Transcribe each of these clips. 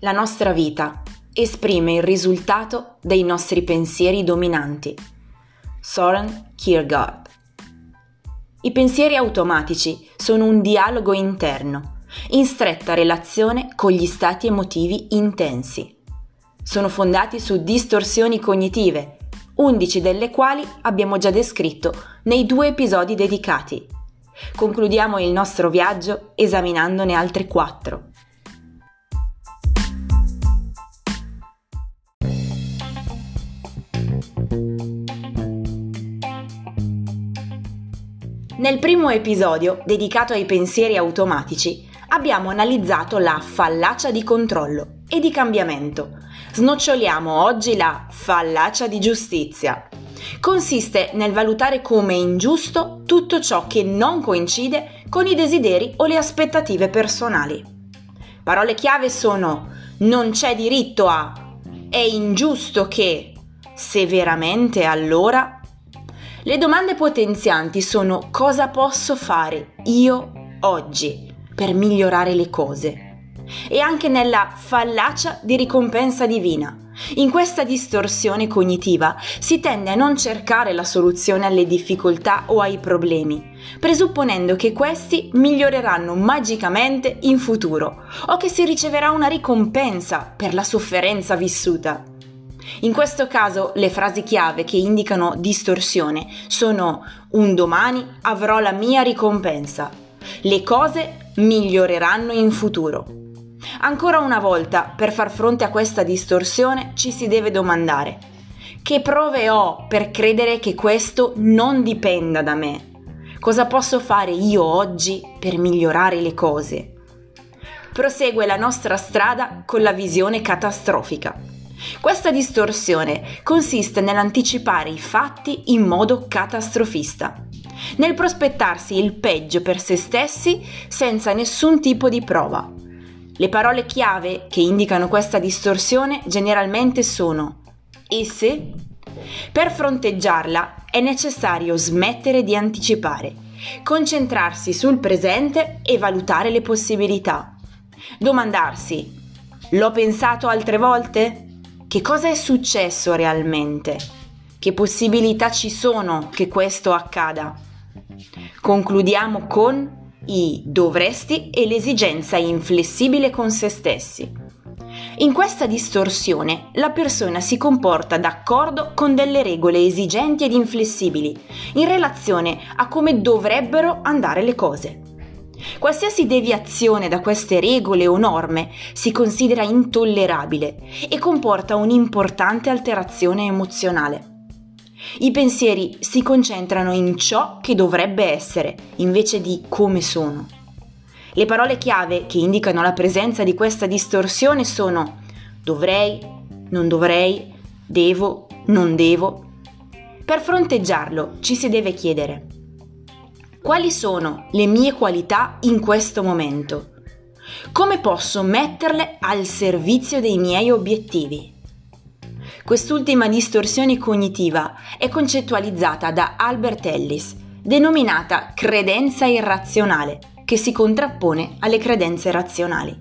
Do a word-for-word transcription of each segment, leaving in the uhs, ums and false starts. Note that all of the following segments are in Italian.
La nostra vita esprime il risultato dei nostri pensieri dominanti. Soren Kierkegaard. I pensieri automatici sono un dialogo interno, in stretta relazione con gli stati emotivi intensi. Sono fondati su distorsioni cognitive, undici delle quali abbiamo già descritto nei due episodi dedicati. Concludiamo il nostro viaggio esaminandone altre quattro. Nel primo episodio, dedicato ai pensieri automatici, abbiamo analizzato la fallacia di controllo e di cambiamento. Snoccioliamo oggi la fallacia di giustizia. Consiste nel valutare come ingiusto tutto ciò che non coincide con i desideri o le aspettative personali. Parole chiave sono: non c'è diritto a, è ingiusto che, se veramente allora. Le domande potenzianti sono: cosa posso fare io oggi per migliorare le cose? E anche nella fallacia di ricompensa divina. In questa distorsione cognitiva si tende a non cercare la soluzione alle difficoltà o ai problemi, presupponendo che questi miglioreranno magicamente in futuro o che si riceverà una ricompensa per la sofferenza vissuta. In questo caso le frasi chiave che indicano distorsione sono: un domani avrò la mia ricompensa, le cose miglioreranno in futuro. Ancora una volta, per far fronte a questa distorsione ci si deve domandare: che prove ho per credere che questo non dipenda da me? Cosa posso fare io oggi per migliorare le cose? Prosegue la nostra strada con la visione catastrofica. Questa distorsione consiste nell'anticipare i fatti in modo catastrofista, nel prospettarsi il peggio per se stessi senza nessun tipo di prova. Le parole chiave che indicano questa distorsione generalmente sono: e se? Per fronteggiarla è necessario smettere di anticipare, concentrarsi sul presente e valutare le possibilità. Domandarsi: l'ho pensato altre volte? Che cosa è successo realmente? Che possibilità ci sono che questo accada? Concludiamo con i dovresti e l'esigenza inflessibile con se stessi. In questa distorsione la persona si comporta d'accordo con delle regole esigenti ed inflessibili in relazione a come dovrebbero andare le cose. Qualsiasi deviazione da queste regole o norme si considera intollerabile e comporta un'importante alterazione emozionale. I pensieri si concentrano in ciò che dovrebbe essere, invece di come sono. Le parole chiave che indicano la presenza di questa distorsione sono: dovrei, non dovrei, devo, non devo. Per fronteggiarlo ci si deve chiedere: quali sono le mie qualità in questo momento? Come posso metterle al servizio dei miei obiettivi? Quest'ultima distorsione cognitiva è concettualizzata da Albert Ellis, denominata credenza irrazionale, che si contrappone alle credenze razionali.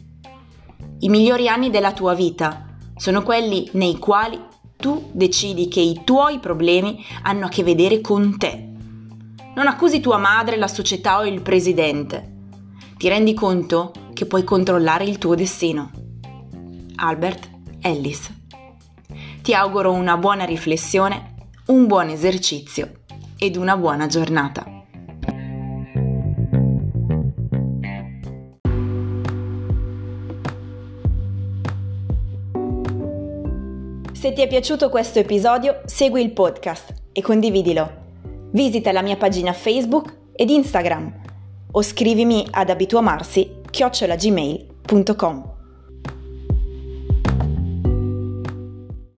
I migliori anni della tua vita sono quelli nei quali tu decidi che i tuoi problemi hanno a che vedere con te. Non accusi tua madre, la società o il presidente. Ti rendi conto che puoi controllare il tuo destino. Albert Ellis. Ti auguro una buona riflessione, un buon esercizio ed una buona giornata. Se ti è piaciuto questo episodio, segui il podcast e condividilo. Visita la mia pagina Facebook ed Instagram o scrivimi ad abituamarsi chiocciola gmail punto com.